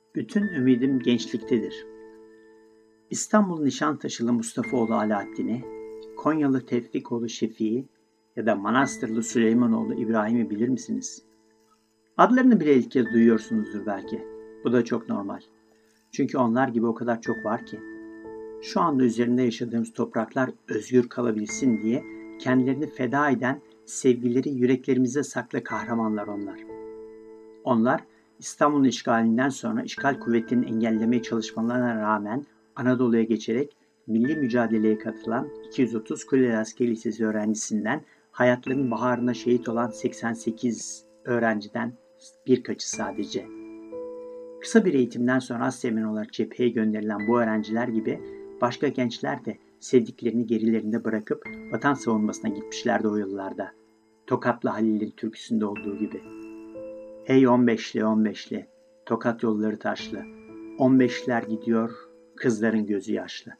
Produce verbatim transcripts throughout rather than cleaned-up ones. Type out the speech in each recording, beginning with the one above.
Bütün ümidim gençliktedir. İstanbul Nişantaşılı Mustafaoğlu Alaaddin'i, Konyalı Tevfikoğlu Şefik'i ya da Manastırlı Süleymanoğlu İbrahim'i bilir misiniz? Adlarını bile ilk kez duyuyorsunuzdur belki. Bu da çok normal. Çünkü onlar gibi o kadar çok var ki. Şu anda üzerinde yaşadığımız topraklar özgür kalabilsin diye kendilerini feda eden sevgileri yüreklerimize saklı kahramanlar onlar. Onlar İstanbul'un işgalinden sonra işgal kuvvetlerinin engellemeye çalışmalarına rağmen Anadolu'ya geçerek milli mücadeleye katılan iki yüz otuz Kuleli Askeri Lisesi öğrencisinden hayatlarının baharına şehit olan seksen sekiz öğrenciden birkaçı sadece. Kısa bir eğitimden sonra Asteğmen olarak cepheye gönderilen bu öğrenciler gibi başka gençler de sevdiklerini gerilerinde bırakıp vatan savunmasına gitmişlerdi o yıllarda. Tokatlı Halil'in türküsünde olduğu gibi. Hey on beşli on beşli, Tokat yolları taşlı, on beşler gidiyor, kızların gözü yaşlı.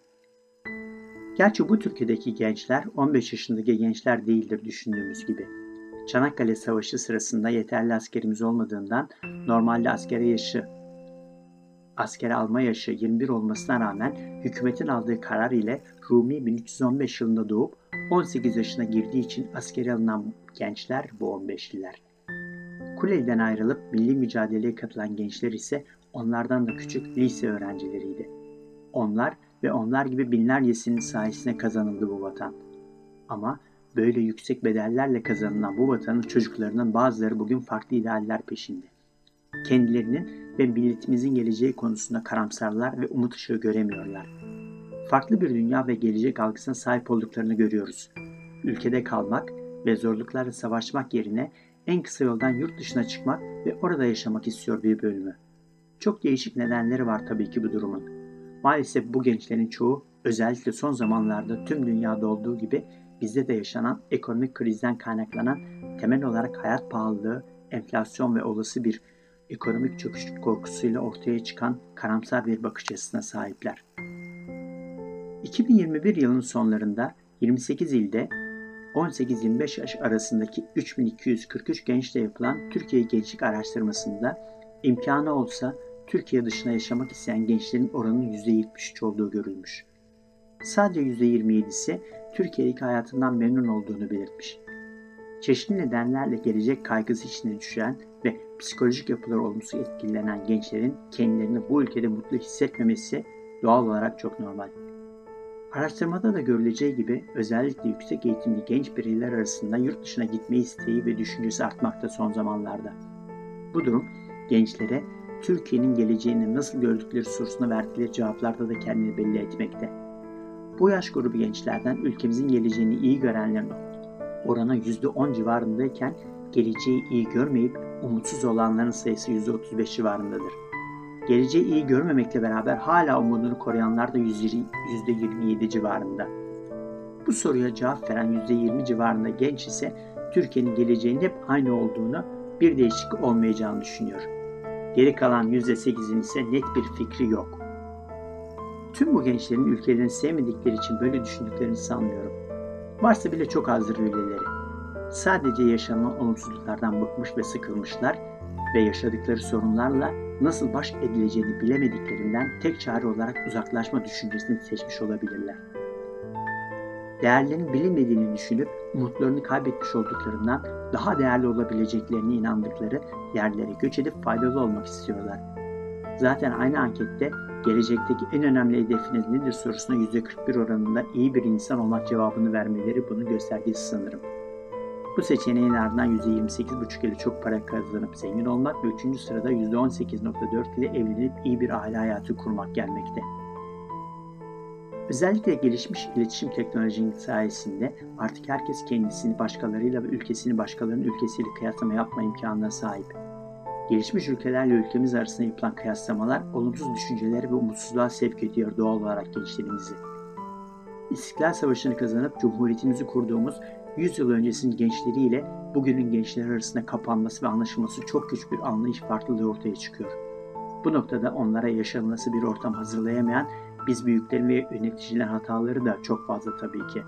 Gerçi bu türküdeki gençler on beş yaşındaki gençler değildir düşündüğümüz gibi. Çanakkale Savaşı sırasında yeterli askerimiz olmadığından normalde askere yaşı, askere alma yaşı yirmi bir olmasına rağmen hükümetin aldığı karar ile Rumi bin üç yüz on beş yılında doğup on sekiz yaşına girdiği için askere alınan gençler bu on beşliler. Kuleli'den ayrılıp milli mücadeleye katılan gençler ise onlardan da küçük lise öğrencileriydi. Onlar ve onlar gibi binlercesinin sayesinde kazanıldı bu vatan. Ama böyle yüksek bedellerle kazanılan bu vatanın çocuklarının bazıları bugün farklı idealler peşinde. Kendilerinin ve milletimizin geleceği konusunda karamsarlar ve umut ışığı göremiyorlar. Farklı bir dünya ve gelecek algısına sahip olduklarını görüyoruz. Ülkede kalmak ve zorluklarla savaşmak yerine en kısa yoldan yurt dışına çıkmak ve orada yaşamak istiyor bir bölümü. Çok değişik nedenleri var tabii ki bu durumun. Maalesef bu gençlerin çoğu özellikle son zamanlarda tüm dünyada olduğu gibi bizde de yaşanan ekonomik krizden kaynaklanan temel olarak hayat pahalılığı, enflasyon ve olası bir ekonomik çöküş korkusuyla ortaya çıkan karamsar bir bakış açısına sahipler. iki bin yirmi bir yılının sonlarında yirmi sekiz ilde on sekiz yirmi beş yaş arasındaki üç bin iki yüz kırk üç gençle yapılan Türkiye Gençlik Araştırması'nda imkanı olsa Türkiye dışına yaşamak isteyen gençlerin oranının yüzde yetmiş üç olduğu görülmüş. Sadece yüzde yirmi yedisi Türkiye'deki hayatından memnun olduğunu belirtmiş. Çeşitli nedenlerle gelecek kaygısı içine düşen ve psikolojik yapıları olumsuz etkilenen gençlerin kendilerini bu ülkede mutlu hissetmemesi doğal olarak çok normal. Araştırmada da görüleceği gibi özellikle yüksek eğitimli genç bireyler arasında yurt dışına gitme isteği ve düşüncesi artmakta son zamanlarda. Bu durum gençlere Türkiye'nin geleceğini nasıl gördükleri sorusuna verdikleri cevaplarda da kendini belli etmekte. Bu yaş grubu gençlerden ülkemizin geleceğini iyi görenlerin oranı yüzde on civarındayken geleceği iyi görmeyip umutsuz olanların sayısı yüzde otuz beş civarındadır. Geleceği iyi görmemekle beraber hala umudunu koruyanlar da yüzde yirmi yedi civarında. Bu soruya cevap veren yüzde yirmi civarında genç ise Türkiye'nin geleceğinin hep aynı olduğunu, bir değişiklik olmayacağını düşünüyor. Geri kalan yüzde sekizin ise net bir fikri yok. Tüm bu gençlerin ülkelerini sevmedikleri için böyle düşündüklerini sanmıyorum. Varsa bile çok azdır öyleleri. Sadece yaşanan olumsuzluklardan bıkmış ve sıkılmışlar ve yaşadıkları sorunlarla nasıl baş edileceğini bilemediklerinden tek çare olarak uzaklaşma düşüncesini seçmiş olabilirler. Değerlerinin bilinmediğini düşünüp umutlarını kaybetmiş olduklarından daha değerli olabileceklerine inandıkları yerlere göç edip faydalı olmak istiyorlar. Zaten aynı ankette gelecekteki en önemli hedefiniz nedir sorusuna yüzde kırk bir oranında iyi bir insan olmak cevabını vermeleri bunun göstergesi sanırım. Bu seçeneğin ardından yüzde yirmi sekiz virgül beş ile çok para kazanıp zengin olmak ve üçüncü sırada yüzde on sekiz virgül dört ile evlenip iyi bir aile hayatı kurmak gelmekte. Özellikle gelişmiş iletişim teknolojinin sayesinde artık herkes kendisini başkalarıyla ve ülkesini başkalarının ülkesiyle kıyaslama yapma imkanına sahip. Gelişmiş ülkelerle ülkemiz arasında yapılan kıyaslamalar olumsuz düşüncelere ve umutsuzluğa sevk ediyor doğal olarak gençlerimizi. İstiklal Savaşı'nı kazanıp Cumhuriyetimizi kurduğumuz yüz yıl öncesinin gençleriyle bugünün gençleri arasında kapanması ve anlaşılması çok güç bir anlayış farklılığı ortaya çıkıyor. Bu noktada onlara yaşanması bir ortam hazırlayamayan biz büyüklerin ve yöneticilerin hataları da çok fazla tabii ki.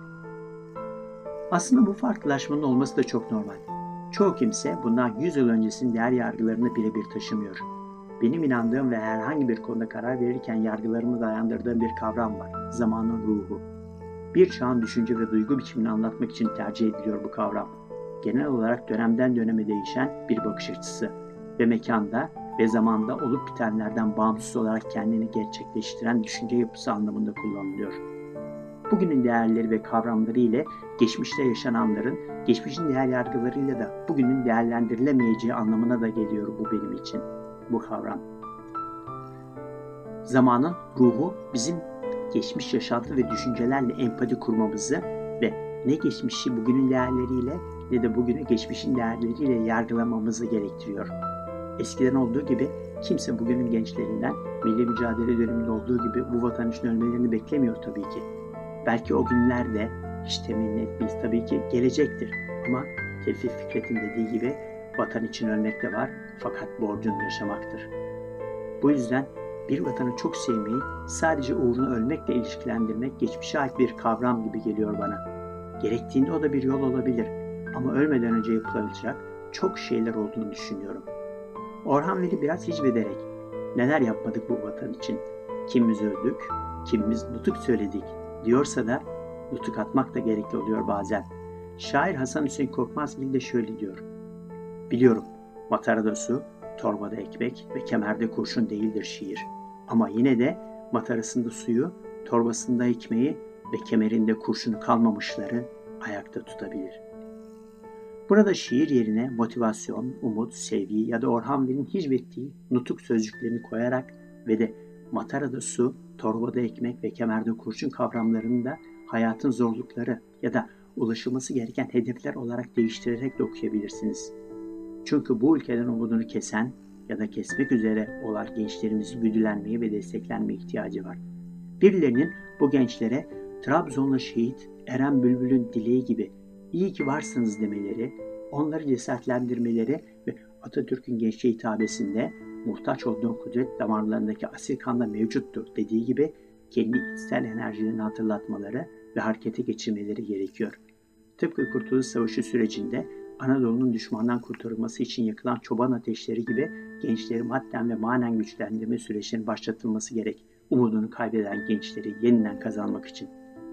Aslında bu farklılaşmanın olması da çok normal. Çoğu kimse bundan yüz yıl öncesinin değer yargılarını birebir taşımıyor. Benim inandığım ve herhangi bir konuda karar verirken yargılarımı dayandırdığım bir kavram var. Zamanın ruhu. Bir çağın düşünce ve duygu biçimini anlatmak için tercih ediliyor bu kavram. Genel olarak dönemden döneme değişen bir bakış açısı ve mekanda ve zamanda olup bitenlerden bağımsız olarak kendini gerçekleştiren düşünce yapısı anlamında kullanılıyor. Bugünün değerleri ve kavramları ile geçmişte yaşananların, geçmişin değer yargılarıyla da bugünün değerlendirilemeyeceği anlamına da geliyor bu benim için, bu kavram. Zamanın ruhu bizim geçmiş yaşantı ve düşüncelerle empati kurmamızı ve ne geçmişi bugünün değerleriyle ne de bugünü geçmişin değerleriyle yargılamamızı gerektiriyor. Eskiden olduğu gibi kimse bugünün gençlerinden milli mücadele döneminde olduğu gibi bu vatan için ölmelerini beklemiyor tabii ki. Belki o günler de hiç temenni etmeyiz tabii ki gelecektir. Ama Tevfik Fikret'in dediği gibi vatan için ölmek de var fakat borcun yaşamaktır. Bu yüzden bir vatanı çok sevmeyi sadece uğruna ölmekle ilişkilendirmek geçmişe ait bir kavram gibi geliyor bana. Gerektiğinde o da bir yol olabilir ama ölmeden önce yapılacak çok şeyler olduğunu düşünüyorum. Orhan Veli biraz hicvederek neler yapmadık bu vatan için, kimimiz öldük, kimimiz nutuk söyledik diyorsa da nutuk atmak da gerekli oluyor bazen. Şair Hasan Hüseyin Korkmazgil de şöyle diyor. Biliyorum, matarada su, torbada ekmek ve kemerde kurşun değildir şiir. Ama yine de matarasında suyu, torbasında ekmeği ve kemerinde kurşunu kalmamışları ayakta tutabilir. Burada şiir yerine motivasyon, umut, sevgi ya da Orhan Veli'nin hicvettiği nutuk sözcüklerini koyarak ve de matarada su, torbada ekmek ve kemerde kurşun kavramlarını da hayatın zorlukları ya da ulaşılması gereken hedefler olarak değiştirerek de okuyabilirsiniz. Çünkü bu ülkeden umudunu kesen ya da kesmek üzere olan gençlerimizin güdülenmeye ve desteklenmeye ihtiyacı var. Birilerinin bu gençlere Trabzonlu şehit Eren Bülbül'ün dileği gibi iyi ki varsınız demeleri, onları cesaretlendirmeleri ve Atatürk'ün gençliğe hitabesinde muhtaç olduğu kudret damarlarındaki asil kanda mevcuttur dediği gibi kendi içsel enerjilerini hatırlatmaları ve harekete geçirmeleri gerekiyor. Tıpkı Kurtuluş Savaşı sürecinde Anadolu'nun düşmandan kurtarılması için yakılan çoban ateşleri gibi gençleri madden ve manen güçlendirme süreçlerinin başlatılması gerek, umudunu kaybeden gençleri yeniden kazanmak için.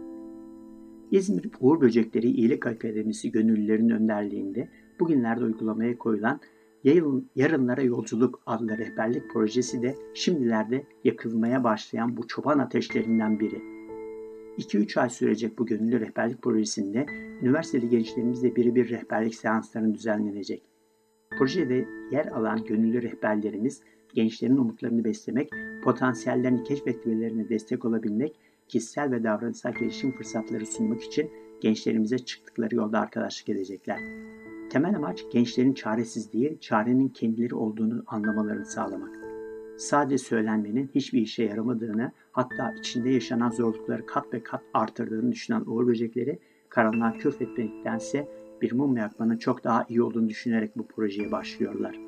İzmir Uğur Böcekleri İyilik Akademisi gönüllülerin önderliğinde bugünlerde uygulamaya koyulan Yarınlara Yolculuk adlı rehberlik projesi de şimdilerde yakılmaya başlayan bu çoban ateşlerinden biri. iki üç ay sürecek bu gönüllü rehberlik projesinde üniversiteli gençlerimizle birebir rehberlik seanslarının düzenlenecek. Projede yer alan gönüllü rehberlerimiz gençlerin umutlarını beslemek, potansiyellerini keşfetmelerine destek olabilmek, kişisel ve davranışsal gelişim fırsatları sunmak için gençlerimize çıktıkları yolda arkadaşlık edecekler. Temel amaç gençlerin çaresiz değil, çarenin kendileri olduğunu anlamalarını sağlamak. Sadece söylenmenin hiçbir işe yaramadığını, hatta içinde yaşanan zorlukları kat ve kat artırdığını düşünen Uğur Böcekleri, karanlığa küfretmektense bir mum yakmanın çok daha iyi olduğunu düşünerek bu projeye başlıyorlar.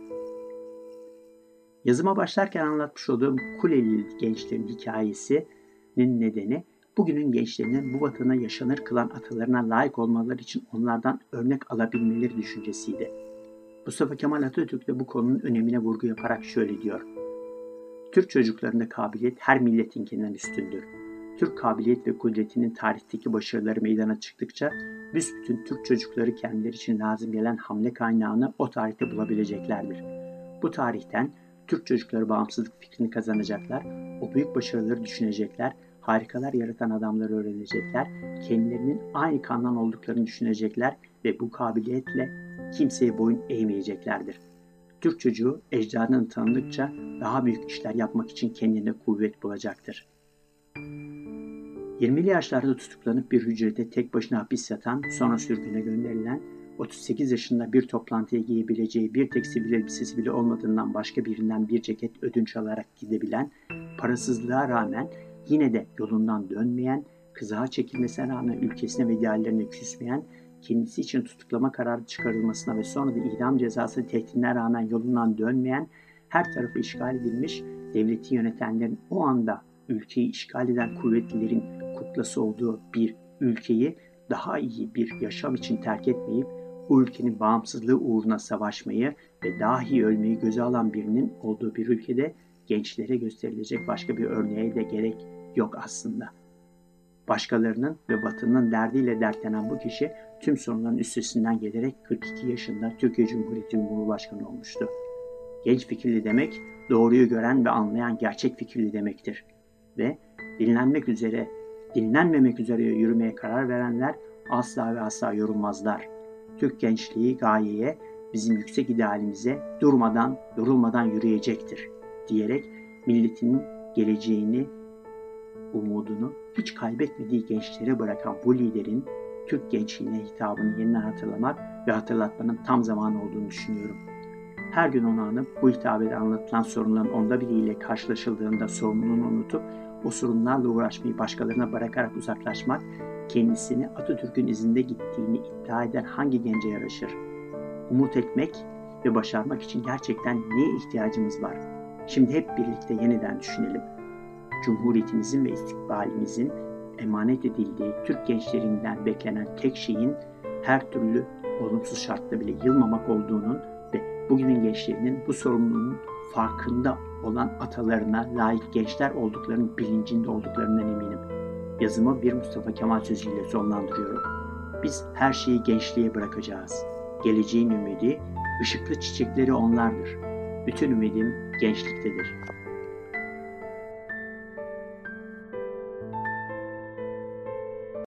Yazıma başlarken anlatmış olduğum Kuleli gençlerin hikayesinin nedeni, bugünün gençlerinin bu vatana yaşanır kılan atalarına layık olmaları için onlardan örnek alabilmeleri düşüncesiydi. Mustafa Kemal Atatürk de bu konunun önemine vurgu yaparak şöyle diyor. Türk çocuklarında kabiliyet her milletinkinden üstündür. Türk kabiliyet ve kudretinin tarihteki başarıları meydana çıktıkça büsbütün Türk çocukları kendileri için lazım gelen hamle kaynağını o tarihte bulabileceklerdir. Bu tarihten Türk çocukları bağımsızlık fikrini kazanacaklar, o büyük başarıları düşünecekler, harikalar yaratan adamları öğrenecekler, kendilerinin aynı kandan olduklarını düşünecekler ve bu kabiliyetle kimseye boyun eğmeyeceklerdir. Türk çocuğu ecdadını tanıdıkça daha büyük işler yapmak için kendine kuvvet bulacaktır. yirmili yaşlarda tutuklanıp bir hücrede tek başına hapis yatan, sonra sürgüne gönderilen, otuz sekiz yaşında bir toplantıya giyebileceği bir tek sivil elbisesi bile olmadığından başka birinden bir ceket ödünç alarak gidebilen, parasızlığa rağmen yine de yolundan dönmeyen, kızağa çekilmesine rağmen ülkesine ve ideallerine küsmeyen, kendisi için tutuklama kararı çıkarılmasına ve sonra da idam cezası tehdidine rağmen yolundan dönmeyen, her tarafı işgal edilmiş, devleti yönetenlerin o anda ülkeyi işgal eden kuvvetlilerin kuklası olduğu bir ülkeyi daha iyi bir yaşam için terk etmeyip o ülkenin bağımsızlığı uğruna savaşmayı ve dahi ölmeyi göze alan birinin olduğu bir ülkede gençlere gösterilecek başka bir örneğe de gerek yok aslında. Başkalarının ve Batı'nın derdiyle dertlenen bu kişi tüm sorunların üstesinden gelerek kırk iki yaşında Türkiye Cumhuriyeti Cumhurbaşkanı olmuştu. Genç fikirli demek, doğruyu gören ve anlayan gerçek fikirli demektir. Ve dinlenmek üzere, dinlenmemek üzere yürümeye karar verenler asla ve asla yorulmazlar. Türk gençliği gayeye, bizim yüksek idealimize durmadan, yorulmadan yürüyecektir diyerek milletinin geleceğini, umudunu hiç kaybetmediği gençlere bırakan bu liderin Türk gençliğine hitabını yeniden hatırlamak ve hatırlatmanın tam zamanı olduğunu düşünüyorum. Her gün onu anıp bu hitabede anlatılan sorunların onda biriyle karşılaşıldığında sorumluluğunu unutup o sorunlarla uğraşmayı başkalarına bırakarak uzaklaşmak, kendisini Atatürk'ün izinde gittiğini iddia eden hangi gence yaraşır? Umut etmek ve başarmak için gerçekten neye ihtiyacımız var? Şimdi hep birlikte yeniden düşünelim. Cumhuriyetimizin ve istikbalimizin emanet edildiği Türk gençlerinden beklenen tek şeyin her türlü olumsuz şartta bile yılmamak olduğunun ve bugünün gençlerinin bu sorumluluğun farkında olan atalarına layık gençler olduklarının bilincinde olduklarından eminim. Yazımı bir Mustafa Kemal sözüyle sonlandırıyorum. Biz her şeyi gençliğe bırakacağız. Geleceğin ümidi, ışıklı çiçekleri onlardır. Bütün ümidim gençliktedir.